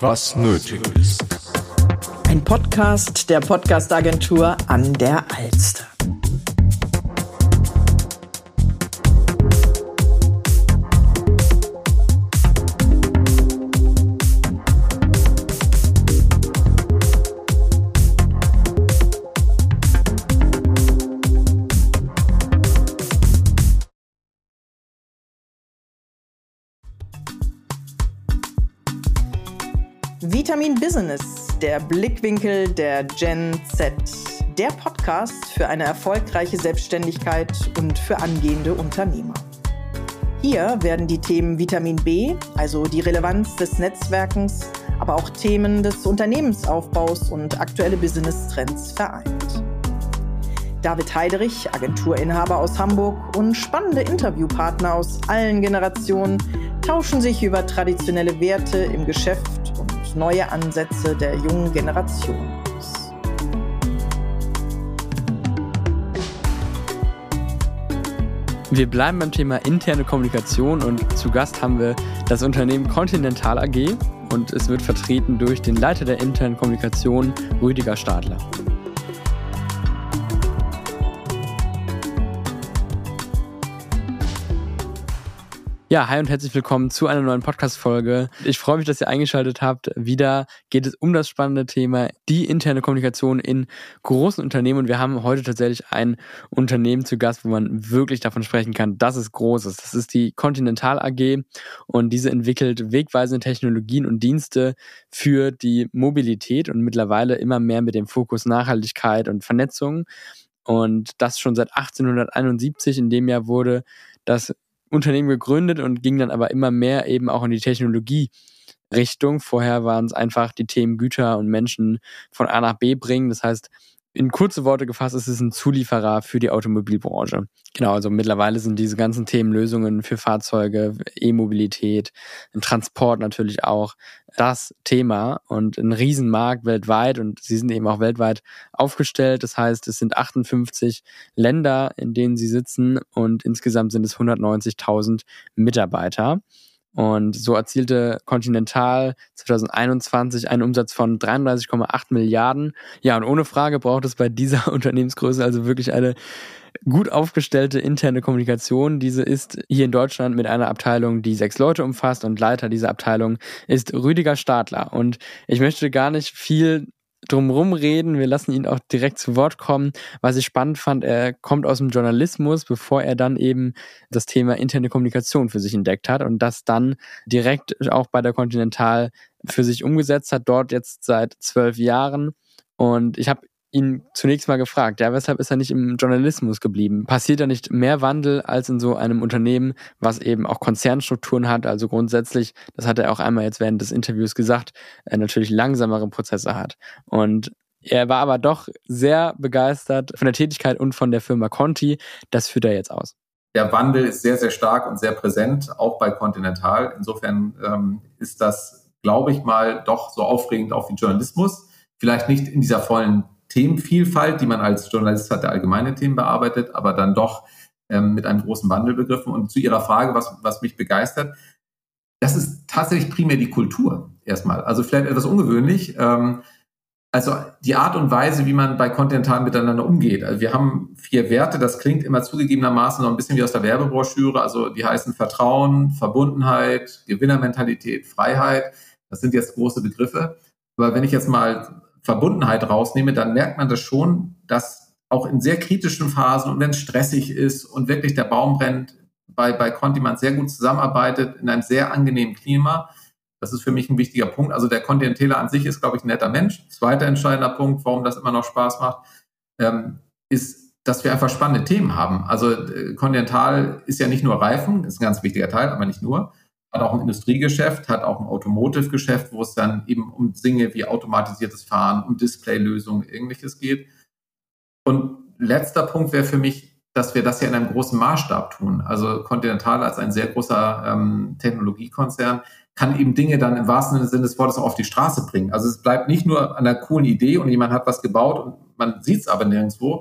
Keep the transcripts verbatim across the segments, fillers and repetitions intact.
was nötig ist. Ein Podcast der Podcast-Agentur an der Alster. Vitamin Business, der Blickwinkel der Gen Z. Der Podcast für eine erfolgreiche Selbstständigkeit und für angehende Unternehmer. Hier werden die Themen Vitamin B, also die Relevanz des Netzwerkens, aber auch Themen des Unternehmensaufbaus und aktuelle Business-Trends vereint. David Heiderich, Agenturinhaber aus Hamburg, und spannende Interviewpartner aus allen Generationen tauschen sich über traditionelle Werte im Geschäft und neue Ansätze der jungen Generation aus. Wir bleiben beim Thema interne Kommunikation und zu Gast haben wir das Unternehmen Continental A G und es wird vertreten durch den Leiter der internen Kommunikation, Rüdiger Stadler. Ja, hi und herzlich willkommen zu einer neuen Podcast-Folge. Ich freue mich, dass ihr eingeschaltet habt. Wieder geht es um das spannende Thema, die interne Kommunikation in großen Unternehmen. Und wir haben heute tatsächlich ein Unternehmen zu Gast, wo man wirklich davon sprechen kann, dass es groß ist. Das ist die Continental A G und diese entwickelt wegweisende Technologien und Dienste für die Mobilität und mittlerweile immer mehr mit dem Fokus Nachhaltigkeit und Vernetzung. Und das schon seit achtzehnhunderteinundsiebzig. In dem Jahr wurde das Unternehmen gegründet und ging dann aber immer mehr eben auch in die Technologie-Richtung. Vorher waren es einfach die Themen Güter und Menschen von A nach B bringen. Das heißt, in kurze Worte gefasst, ist es ein Zulieferer für die Automobilbranche. Genau, also mittlerweile sind diese ganzen Themen Lösungen für Fahrzeuge, E-Mobilität, Transport natürlich auch das Thema und ein Riesenmarkt weltweit und sie sind eben auch weltweit aufgestellt. Das heißt, es sind achtundfünfzig Länder, in denen sie sitzen und insgesamt sind es hundertneunzigtausend Mitarbeiter. Und so erzielte Continental zwanzig einundzwanzig einen Umsatz von dreiunddreißig Komma acht Milliarden. Ja, und ohne Frage braucht es bei dieser Unternehmensgröße also wirklich eine gut aufgestellte interne Kommunikation. Diese ist hier in Deutschland mit einer Abteilung, die sechs Leute umfasst, und Leiter dieser Abteilung ist Rüdiger Stadler. Und ich möchte gar nicht viel drumherum reden, wir lassen ihn auch direkt zu Wort kommen. Was ich spannend fand, er kommt aus dem Journalismus, bevor er dann eben das Thema interne Kommunikation für sich entdeckt hat und das dann direkt auch bei der Continental für sich umgesetzt hat, dort jetzt seit zwölf Jahren. Und ich habe ihn zunächst mal gefragt, ja, weshalb ist er nicht im Journalismus geblieben? Passiert da nicht mehr Wandel als in so einem Unternehmen, was eben auch Konzernstrukturen hat, also grundsätzlich, das hat er auch einmal jetzt während des Interviews gesagt, er natürlich langsamere Prozesse hat. Und er war aber doch sehr begeistert von der Tätigkeit und von der Firma Conti. Das führt er jetzt aus. Der Wandel ist sehr, sehr stark und sehr präsent, auch bei Continental. Insofern ähm, ist das, glaube ich mal, doch so aufregend auch wie Journalismus. Vielleicht nicht in dieser vollen Themenvielfalt, die man als Journalist hat, der allgemeine Themen bearbeitet, aber dann doch ähm, mit einem großen Wandel begriffen. Und zu Ihrer Frage, was, was mich begeistert, das ist tatsächlich primär die Kultur erstmal. Also vielleicht etwas ungewöhnlich. Ähm, also die Art und Weise, wie man bei Continental miteinander umgeht. Also wir haben vier Werte, das klingt immer zugegebenermaßen noch ein bisschen wie aus der Werbebroschüre. Also die heißen Vertrauen, Verbundenheit, Gewinnermentalität, Freiheit. Das sind jetzt große Begriffe. Aber wenn ich jetzt mal Verbundenheit rausnehme, dann merkt man das schon, dass auch in sehr kritischen Phasen und wenn es stressig ist und wirklich der Baum brennt, bei, bei Conti man sehr gut zusammenarbeitet, in einem sehr angenehmen Klima. Das ist für mich ein wichtiger Punkt. Also der Continentaler an sich ist, glaube ich, ein netter Mensch. Zweiter entscheidender Punkt, warum das immer noch Spaß macht, ähm, ist, dass wir einfach spannende Themen haben. Also äh, Continental ist ja nicht nur Reifen, ist ein ganz wichtiger Teil, aber nicht nur. Hat auch ein Industriegeschäft, hat auch ein Automotive-Geschäft, wo es dann eben um Dinge wie automatisiertes Fahren, um Displaylösungen, ähnliches geht. Und letzter Punkt wäre für mich, dass wir das ja in einem großen Maßstab tun. Also Continental als ein sehr großer ähm, Technologiekonzern kann eben Dinge dann im wahrsten Sinne des Wortes auch auf die Straße bringen. Also es bleibt nicht nur an einer coolen Idee und jemand hat was gebaut und man sieht es aber nirgendwo,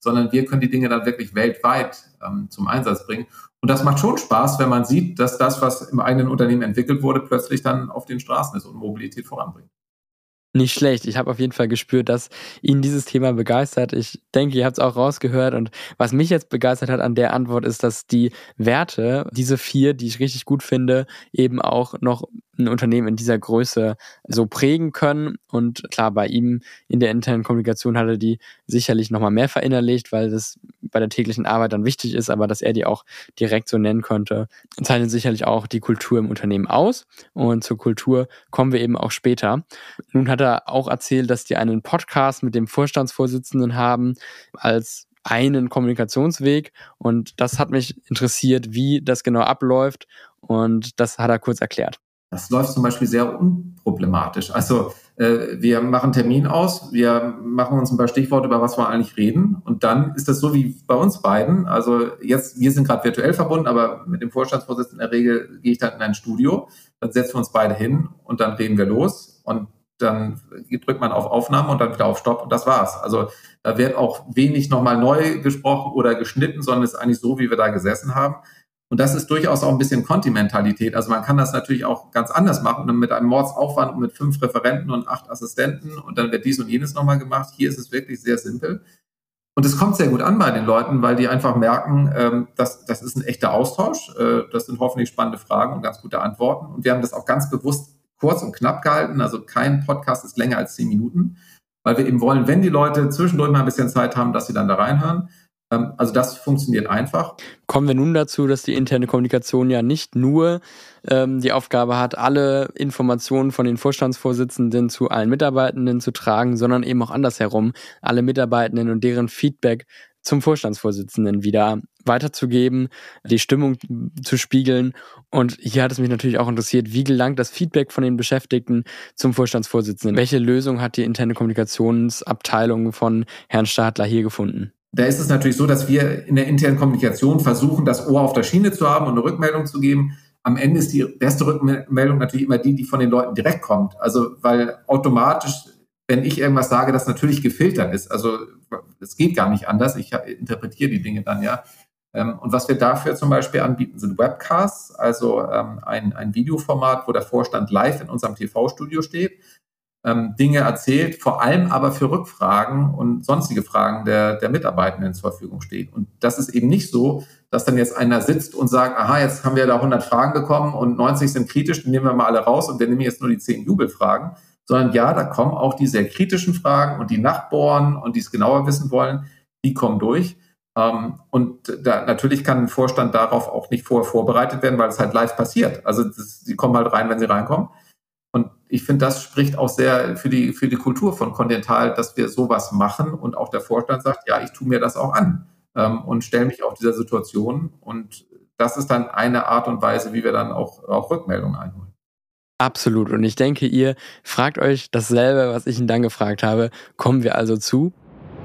sondern wir können die Dinge dann wirklich weltweit ähm, zum Einsatz bringen. Und das macht schon Spaß, wenn man sieht, dass das, was im eigenen Unternehmen entwickelt wurde, plötzlich dann auf den Straßen ist und Mobilität voranbringt. Nicht schlecht. Ich habe auf jeden Fall gespürt, dass ihn dieses Thema begeistert. Ich denke, ihr habt es auch rausgehört. Und was mich jetzt begeistert hat an der Antwort ist, dass die Werte, diese vier, die ich richtig gut finde, eben auch noch ein Unternehmen in dieser Größe so prägen können. Und klar, bei ihm in der internen Kommunikation hat er die sicherlich nochmal mehr verinnerlicht, weil das bei der täglichen Arbeit dann wichtig ist, aber dass er die auch direkt so nennen konnte, zeichnet sicherlich auch die Kultur im Unternehmen aus. Und zur Kultur kommen wir eben auch später. Nun hat er auch erzählt, dass die einen Podcast mit dem Vorstandsvorsitzenden haben als einen Kommunikationsweg. Und das hat mich interessiert, wie das genau abläuft. Und das hat er kurz erklärt. Das läuft zum Beispiel sehr unproblematisch. Also äh, wir machen einen Termin aus, wir machen uns ein paar Stichworte, über was wir eigentlich reden. Und dann ist das so wie bei uns beiden. Also jetzt, wir sind gerade virtuell verbunden, aber mit dem Vorstandsvorsitzenden in der Regel gehe ich dann in ein Studio, dann setzen wir uns beide hin und dann reden wir los. Und dann drückt man auf Aufnahme und dann wieder auf Stopp und das war's. Also da wird auch wenig nochmal neu gesprochen oder geschnitten, sondern es ist eigentlich so, wie wir da gesessen haben. Und das ist durchaus auch ein bisschen Kontimentalität. Also man kann das natürlich auch ganz anders machen und mit einem Mordsaufwand und mit fünf Referenten und acht Assistenten und dann wird dies und jenes nochmal gemacht. Hier ist es wirklich sehr simpel. Und es kommt sehr gut an bei den Leuten, weil die einfach merken, ähm, dass, das ist ein echter Austausch. Äh, das sind hoffentlich spannende Fragen und ganz gute Antworten. Und wir haben das auch ganz bewusst kurz und knapp gehalten. Also kein Podcast ist länger als zehn Minuten, weil wir eben wollen, wenn die Leute zwischendurch mal ein bisschen Zeit haben, dass sie dann da reinhören. Also das funktioniert einfach. Kommen wir nun dazu, dass die interne Kommunikation ja nicht nur ähm, die Aufgabe hat, alle Informationen von den Vorstandsvorsitzenden zu allen Mitarbeitenden zu tragen, sondern eben auch andersherum, alle Mitarbeitenden und deren Feedback zum Vorstandsvorsitzenden wieder weiterzugeben, die Stimmung zu spiegeln. Und hier hat es mich natürlich auch interessiert, wie gelangt das Feedback von den Beschäftigten zum Vorstandsvorsitzenden? Welche Lösung hat die interne Kommunikationsabteilung von Herrn Stadler hier gefunden? Da ist es natürlich so, dass wir in der internen Kommunikation versuchen, das Ohr auf der Schiene zu haben und eine Rückmeldung zu geben. Am Ende ist die beste Rückmeldung natürlich immer die, die von den Leuten direkt kommt. Also weil automatisch, wenn ich irgendwas sage, das natürlich gefiltert ist. Also es geht gar nicht anders. Ich interpretiere die Dinge dann ja. Und was wir dafür zum Beispiel anbieten, sind Webcasts, also ein, ein Videoformat, wo der Vorstand live in unserem T V-Studio steht. Ähm, Dinge erzählt, vor allem aber für Rückfragen und sonstige Fragen der, der Mitarbeitenden zur Verfügung steht. Und das ist eben nicht so, dass dann jetzt einer sitzt und sagt, aha, jetzt haben wir da hundert Fragen bekommen und neunzig sind kritisch, die nehmen wir mal alle raus und wir nehmen jetzt nur die zehn Jubelfragen, sondern ja, da kommen auch die sehr kritischen Fragen und die nachbohren und die es genauer wissen wollen, die kommen durch. Ähm, und da, natürlich kann ein Vorstand darauf auch nicht vorher vorbereitet werden, weil es halt live passiert. Also das, die kommen halt rein, wenn sie reinkommen. Und ich finde, das spricht auch sehr für die, für die Kultur von Continental, dass wir sowas machen und auch der Vorstand sagt, ja, ich tue mir das auch an ähm, und stelle mich auf dieser Situation. Und das ist dann eine Art und Weise, wie wir dann auch, auch Rückmeldungen einholen. Absolut. Und ich denke, ihr fragt euch dasselbe, was ich ihn dann gefragt habe. Kommen wir also zu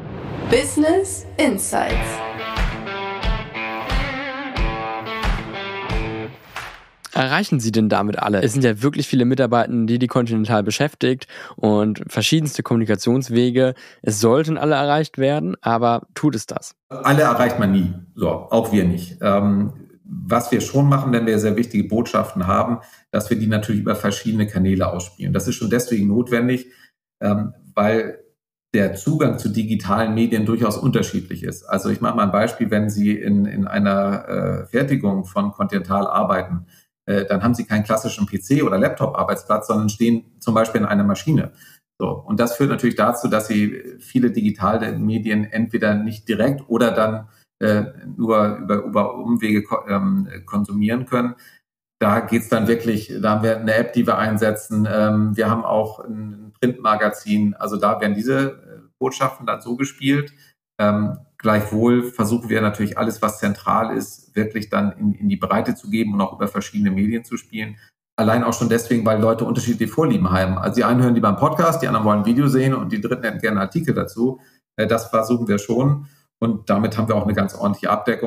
Business Insights. Erreichen Sie denn damit alle? Es sind ja wirklich viele Mitarbeitende, die die Continental beschäftigt und verschiedenste Kommunikationswege. Es sollten alle erreicht werden, aber tut es das? Alle erreicht man nie. So, auch wir nicht. Ähm, was wir schon machen, wenn wir sehr wichtige Botschaften haben, dass wir die natürlich über verschiedene Kanäle ausspielen. Das ist schon deswegen notwendig, ähm, weil der Zugang zu digitalen Medien durchaus unterschiedlich ist. Also ich mache mal ein Beispiel, wenn Sie in, in einer äh, Fertigung von Continental arbeiten, dann haben Sie keinen klassischen P C- oder Laptop-Arbeitsplatz, sondern stehen zum Beispiel in einer Maschine. So. Und das führt natürlich dazu, dass Sie viele digitale Medien entweder nicht direkt oder dann äh, nur über, über Umwege ähm, konsumieren können. Da geht's dann wirklich, da haben wir eine App, die wir einsetzen. Ähm, wir haben auch ein Printmagazin. Also da werden diese Botschaften dann so gespielt. Ähm, Gleichwohl versuchen wir natürlich alles, was zentral ist, wirklich dann in, in die Breite zu geben und auch über verschiedene Medien zu spielen. Allein auch schon deswegen, weil Leute unterschiedliche Vorlieben haben. Also die einen hören lieber einen Podcast, die anderen wollen ein Video sehen und die dritten hätten gerne einen Artikel dazu. Das versuchen wir schon und damit haben wir auch eine ganz ordentliche Abdeckung.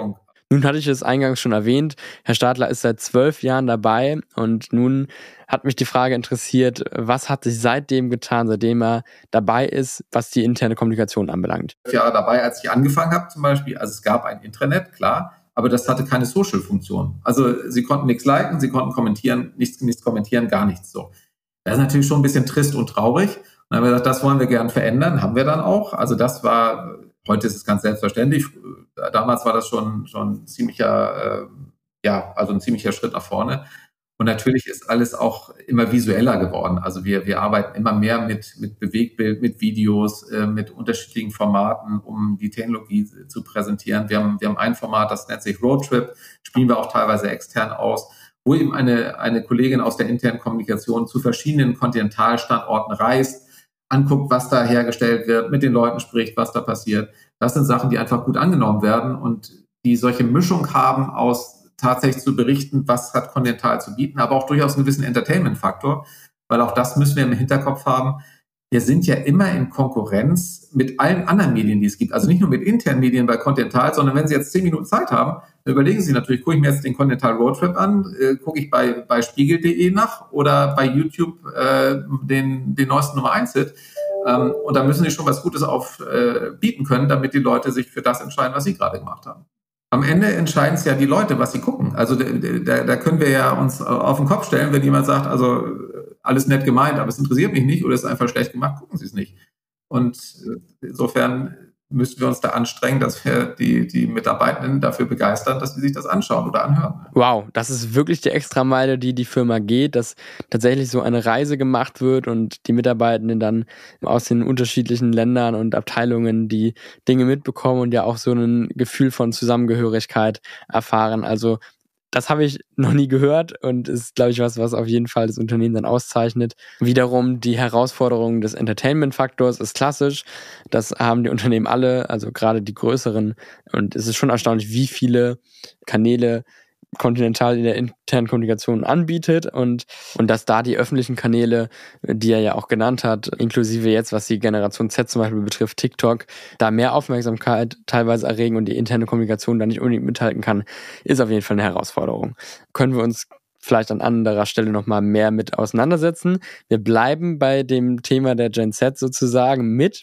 Nun hatte ich es eingangs schon erwähnt, Herr Stadler ist seit zwölf Jahren dabei und nun hat mich die Frage interessiert, was hat sich seitdem getan, seitdem er dabei ist, was die interne Kommunikation anbelangt? Ich war dabei, als ich angefangen habe zum Beispiel, also es gab ein Intranet, klar, aber das hatte keine Social-Funktion. Also Sie konnten nichts liken, Sie konnten kommentieren, nichts, nichts kommentieren, gar nichts so. Das ist natürlich schon ein bisschen trist und traurig. Und dann haben wir gesagt, das wollen wir gern verändern, haben wir dann auch. Also das war, heute ist es ganz selbstverständlich, damals war das schon schon ein ziemlicher, äh, ja, also ein ziemlicher Schritt nach vorne. Und natürlich ist alles auch immer visueller geworden. Also wir wir arbeiten immer mehr mit mit Bewegtbild, mit Videos, äh, mit unterschiedlichen Formaten, um die Technologie zu präsentieren. Wir haben wir haben ein Format, das nennt sich Roadtrip, spielen wir auch teilweise extern aus, wo eben eine eine Kollegin aus der internen Kommunikation zu verschiedenen Kontinentalstandorten reist, anguckt, was da hergestellt wird, mit den Leuten spricht, was da passiert. Das sind Sachen, die einfach gut angenommen werden und die solche Mischung haben aus tatsächlich zu berichten, was hat Continental zu bieten, aber auch durchaus einen gewissen Entertainment-Faktor, weil auch das müssen wir im Hinterkopf haben. Wir sind ja immer in Konkurrenz mit allen anderen Medien, die es gibt. Also nicht nur mit internen Medien bei Continental, sondern wenn Sie jetzt zehn Minuten Zeit haben, dann überlegen Sie natürlich, gucke ich mir jetzt den Continental Roadtrip an, äh, gucke ich bei, bei spiegel punkt de nach oder bei YouTube äh, den, den neuesten Nummer eins Hit. Ähm, und da müssen Sie schon was Gutes auf äh, bieten können, damit die Leute sich für das entscheiden, was Sie gerade gemacht haben. Am Ende entscheiden es ja die Leute, was sie gucken. Also da, da können wir ja uns auf den Kopf stellen, wenn jemand sagt, also alles nett gemeint, aber es interessiert mich nicht oder es ist einfach schlecht gemacht, gucken Sie es nicht. Und insofern müssen wir uns da anstrengen, dass wir die, die Mitarbeitenden dafür begeistern, dass sie sich das anschauen oder anhören. Wow, das ist wirklich die Extrameile, die die Firma geht, dass tatsächlich so eine Reise gemacht wird und die Mitarbeitenden dann aus den unterschiedlichen Ländern und Abteilungen die Dinge mitbekommen und ja auch so ein Gefühl von Zusammengehörigkeit erfahren. Also das habe ich noch nie gehört und ist, glaube ich, was, was auf jeden Fall das Unternehmen dann auszeichnet. Wiederum die Herausforderung des Entertainment-Faktors ist klassisch. Das haben die Unternehmen alle, also gerade die größeren. Und es ist schon erstaunlich, wie viele Kanäle Continental in der internen Kommunikation anbietet und, und dass da die öffentlichen Kanäle, die er ja auch genannt hat, inklusive jetzt, was die Generation Z zum Beispiel betrifft, TikTok, da mehr Aufmerksamkeit teilweise erregen und die interne Kommunikation da nicht unbedingt mithalten kann, ist auf jeden Fall eine Herausforderung. Können wir uns vielleicht an anderer Stelle nochmal mehr mit auseinandersetzen. Wir bleiben bei dem Thema der Gen Z sozusagen mit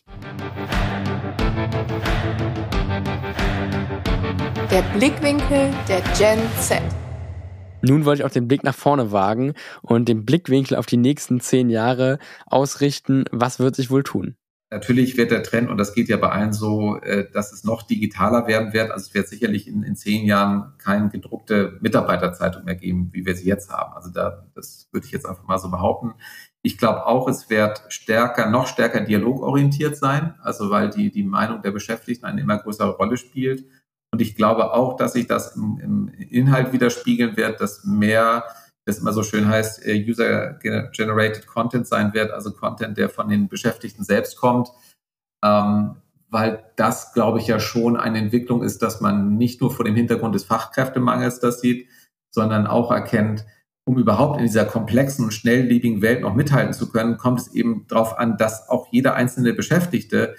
Der Blickwinkel der Gen Z. Nun wollte ich auch den Blick nach vorne wagen und den Blickwinkel auf die nächsten zehn Jahre ausrichten. Was wird sich wohl tun? Natürlich wird der Trend, und das geht ja bei allen so, dass es noch digitaler werden wird. Also es wird sicherlich in, in zehn Jahren keine gedruckte Mitarbeiterzeitung mehr geben, wie wir sie jetzt haben. Also da, das würde ich jetzt einfach mal so behaupten. Ich glaube auch, es wird stärker, noch stärker dialogorientiert sein, also weil die, die Meinung der Beschäftigten eine immer größere Rolle spielt. Und ich glaube auch, dass sich das im, im Inhalt widerspiegeln wird, dass mehr, das immer so schön heißt, User-Generated Content sein wird, also Content, der von den Beschäftigten selbst kommt, ähm, weil das, glaube ich, ja schon eine Entwicklung ist, dass man nicht nur vor dem Hintergrund des Fachkräftemangels das sieht, sondern auch erkennt, um überhaupt in dieser komplexen und schnelllebigen Welt noch mithalten zu können, kommt es eben darauf an, dass auch jeder einzelne Beschäftigte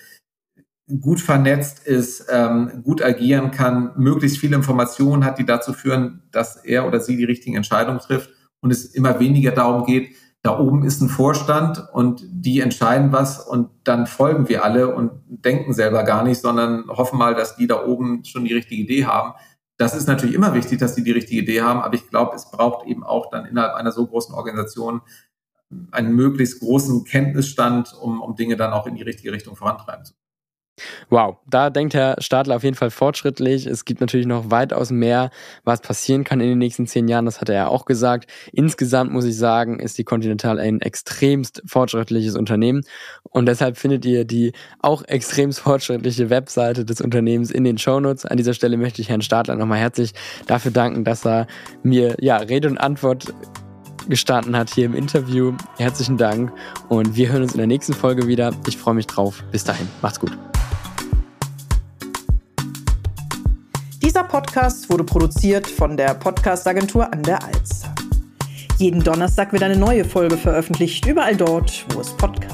gut vernetzt ist, ähm, gut agieren kann, möglichst viele Informationen hat, die dazu führen, dass er oder sie die richtigen Entscheidungen trifft und es immer weniger darum geht, da oben ist ein Vorstand und die entscheiden was und dann folgen wir alle und denken selber gar nicht, sondern hoffen mal, dass die da oben schon die richtige Idee haben. Das ist natürlich immer wichtig, dass die die richtige Idee haben, aber ich glaube, es braucht eben auch dann innerhalb einer so großen Organisation einen möglichst großen Kenntnisstand, um, um Dinge dann auch in die richtige Richtung vorantreiben zu können. Wow, da denkt Herr Stadler auf jeden Fall fortschrittlich. Es gibt natürlich noch weitaus mehr, was passieren kann in den nächsten zehn Jahren. Das hat er ja auch gesagt. Insgesamt muss ich sagen, ist die Continental ein extremst fortschrittliches Unternehmen. Und deshalb findet ihr die auch extremst fortschrittliche Webseite des Unternehmens in den Shownotes. An dieser Stelle möchte ich Herrn Stadler nochmal herzlich dafür danken, dass er mir ja Rede und Antwort gestanden hat hier im Interview. Herzlichen Dank und wir hören uns in der nächsten Folge wieder. Ich freue mich drauf. Bis dahin. Macht's gut. Dieser Podcast wurde produziert von der Podcast-Agentur An der Alster. Jeden Donnerstag wird eine neue Folge veröffentlicht, überall dort, wo es Podcasts